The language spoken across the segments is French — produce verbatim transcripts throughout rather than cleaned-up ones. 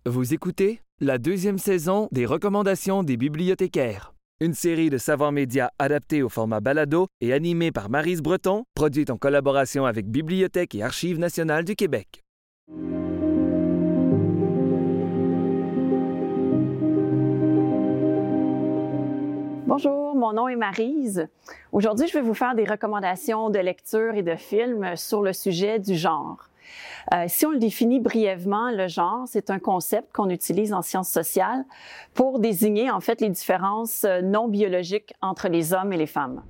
Vous écoutez la deuxième saison des recommandations des bibliothécaires, une série de savoirs médias adaptés au format balado et animée par Maryse Breton, produite en collaboration avec Bibliothèque et Archives nationales du Québec. Bonjour, mon nom est Maryse. Aujourd'hui, je vais vous faire des recommandations de lecture et de films sur le sujet du genre. Euh, si on le définit brièvement, le genre, c'est un concept qu'on utilise en sciences sociales pour désigner en fait les différences non biologiques entre les hommes et les femmes.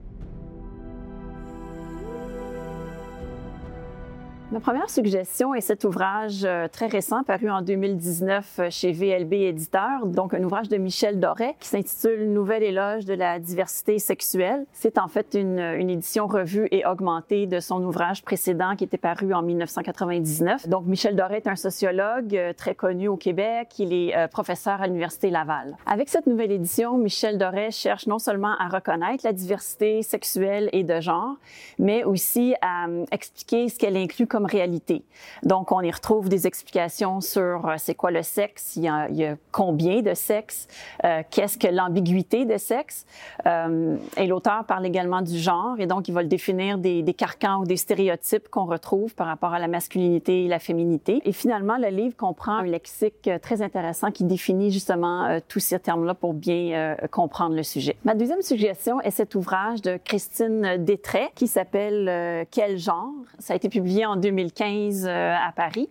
Ma première suggestion est cet ouvrage euh, très récent, paru en deux mille dix-neuf chez V L B Éditeur, donc un ouvrage de Michel Doré qui s'intitule « Nouvel éloge de la diversité sexuelle ». C'est en fait une, une édition revue et augmentée de son ouvrage précédent qui était paru en mille neuf cent quatre-vingt-dix-neuf. Donc Michel Doré est un sociologue euh, très connu au Québec, il est euh, professeur à l'Université Laval. Avec cette nouvelle édition, Michel Doré cherche non seulement à reconnaître la diversité sexuelle et de genre, mais aussi à euh, expliquer ce qu'elle inclut comme réalité. Donc, on y retrouve des explications sur euh, c'est quoi le sexe, il y a, il y a combien de sexe, euh, qu'est-ce que l'ambiguïté de sexe. Euh, et l'auteur parle également du genre, et donc il va le définir des, des carcans ou des stéréotypes qu'on retrouve par rapport à la masculinité et la féminité. Et finalement, le livre comprend un lexique très intéressant qui définit justement euh, tous ces termes-là pour bien euh, comprendre le sujet. Ma deuxième suggestion est cet ouvrage de Christine Détrait qui s'appelle euh, « Quel genre ?» Ça a été publié en deux mille quinze euh, à Paris.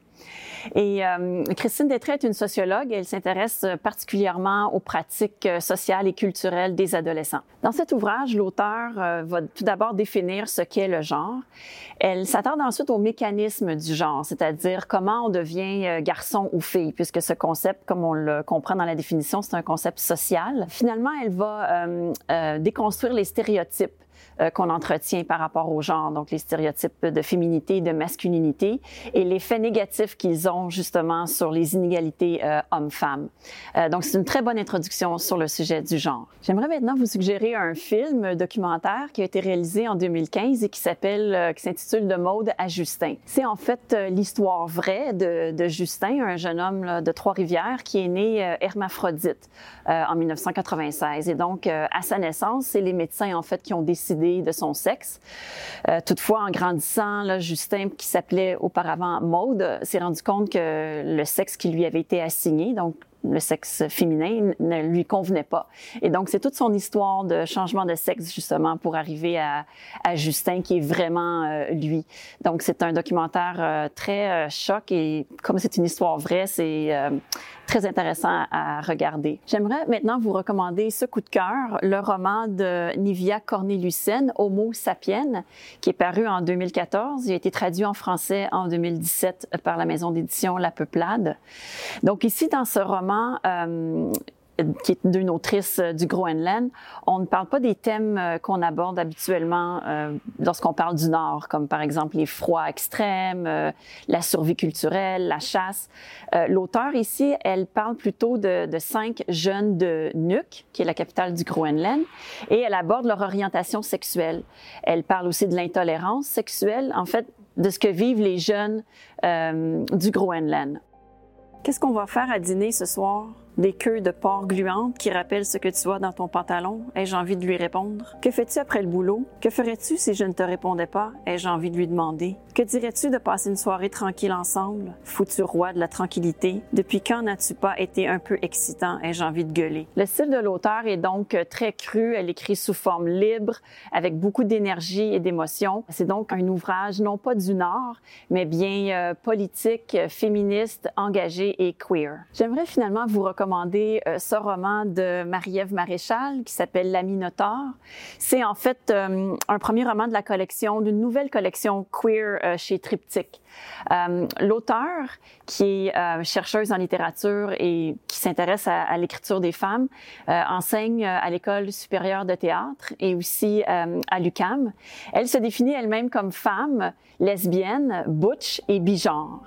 Et euh, Christine Détrait est une sociologue. Elle s'intéresse particulièrement aux pratiques sociales et culturelles des adolescents. Dans cet ouvrage, l'auteur euh, va tout d'abord définir ce qu'est le genre. Elle s'attarde ensuite aux mécanismes du genre, c'est-à-dire comment on devient garçon ou fille, puisque ce concept, comme on le comprend dans la définition, c'est un concept social. Finalement, elle va euh, euh, déconstruire les stéréotypes qu'on entretient par rapport au genre, donc les stéréotypes de féminité et de masculinité et l'effet négatif qu'ils ont justement sur les inégalités euh, hommes-femmes. Euh, donc, c'est une très bonne introduction sur le sujet du genre. J'aimerais maintenant vous suggérer un film documentaire qui a été réalisé en deux mille quinze et qui s'appelle, euh, qui s'intitule « De Maude à Justin ». C'est en fait euh, l'histoire vraie de, de Justin, un jeune homme là, de Trois-Rivières qui est né euh, hermaphrodite euh, en mille neuf cent quatre-vingt-seize. Et donc, euh, à sa naissance, c'est les médecins en fait qui ont décidé de son sexe. Euh, toutefois, en grandissant, là, Justin, qui s'appelait auparavant Maude, s'est rendu compte que le sexe qui lui avait été assigné, donc le sexe féminin, ne lui convenait pas. Et donc, c'est toute son histoire de changement de sexe, justement, pour arriver à, à Justin, qui est vraiment euh, lui. Donc, c'est un documentaire euh, très euh, choc et comme c'est une histoire vraie, c'est euh, très intéressant à regarder. J'aimerais maintenant vous recommander ce coup de cœur, le roman de Nivia Cornélucen, Homo sapiens, qui est paru en deux mille quatorze. Il a été traduit en français en deux mille dix-sept par la maison d'édition La Peuplade. Donc ici, dans ce roman, euh, qui est d'une autrice du Groenland, on ne parle pas des thèmes qu'on aborde habituellement euh, lorsqu'on parle du Nord, comme par exemple les froids extrêmes, euh, la survie culturelle, la chasse. Euh, L'auteure ici, elle parle plutôt de, de cinq jeunes de Nuuk, qui est la capitale du Groenland, et elle aborde leur orientation sexuelle. Elle parle aussi de l'intolérance sexuelle, en fait, de ce que vivent les jeunes euh, du Groenland. Qu'est-ce qu'on va faire à dîner ce soir? Des queues de porc gluantes qui rappellent ce que tu as dans ton pantalon? Ai-je envie de lui répondre? Que fais-tu après le boulot? Que ferais-tu si je ne te répondais pas? Ai-je envie de lui demander? Que dirais-tu de passer une soirée tranquille ensemble? Foutu roi de la tranquillité, depuis quand n'as-tu pas été un peu excitant? Ai-je envie de gueuler? Le style de l'auteur est donc très cru. Elle écrit sous forme libre, avec beaucoup d'énergie et d'émotion. C'est donc un ouvrage non pas du Nord, mais bien euh, politique, féministe, engagé et queer. J'aimerais finalement vous recommander euh, ce roman de Marie-Ève Maréchal qui s'appelle La Minotaure. C'est en fait euh, un premier roman de la collection, d'une nouvelle collection queer euh, chez Triptyque. Euh, L'auteur, qui est euh, chercheuse en littérature et qui s'intéresse à, à l'écriture des femmes, euh, enseigne à l'École supérieure de théâtre et aussi euh, à l'U Q A M. Elle se définit elle-même comme femme, lesbienne, butch et bigenre.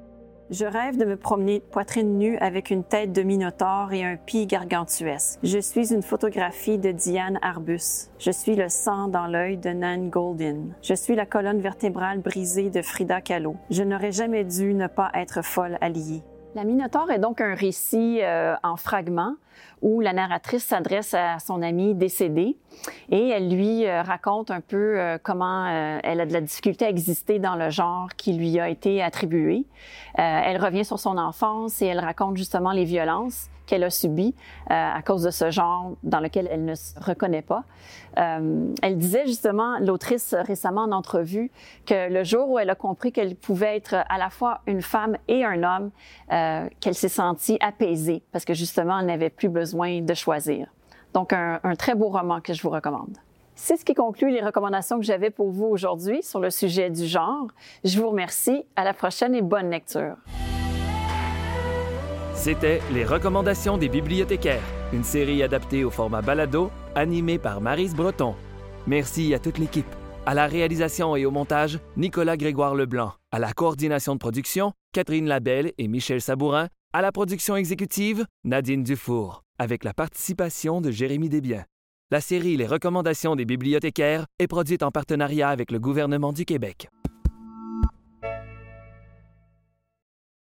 Je rêve de me promener poitrine nue avec une tête de minotaure et un pied gargantuesque. Je suis une photographie de Diane Arbus. Je suis le sang dans l'œil de Nan Goldin. Je suis la colonne vertébrale brisée de Frida Kahlo. Je n'aurais jamais dû ne pas être folle alliée. La Minotaure est donc un récit euh, en fragments où la narratrice s'adresse à son amie décédée et elle lui euh, raconte un peu euh, comment euh, elle a de la difficulté à exister dans le genre qui lui a été attribué. Euh, elle revient sur son enfance et elle raconte justement les violences qu'elle a subies euh, à cause de ce genre dans lequel elle ne se reconnaît pas. Euh, elle disait justement, l'autrice récemment en entrevue, que le jour où elle a compris qu'elle pouvait être à la fois une femme et un homme, euh, qu'elle s'est sentie apaisée parce que justement, elle n'avait plus besoin de choisir. Donc, un, un très beau roman que je vous recommande. C'est ce qui conclut les recommandations que j'avais pour vous aujourd'hui sur le sujet du genre. Je vous remercie. À la prochaine et bonne lecture. C'était Les recommandations des bibliothécaires, une série adaptée au format balado, animée par Maryse Breton. Merci à toute l'équipe. À la réalisation et au montage, Nicolas Grégoire-Leblanc. À la coordination de production, Catherine Labelle et Michel Sabourin. À la production exécutive, Nadine Dufour, avec la participation de Jérémy Desbiens. La série Les recommandations des bibliothécaires est produite en partenariat avec le gouvernement du Québec.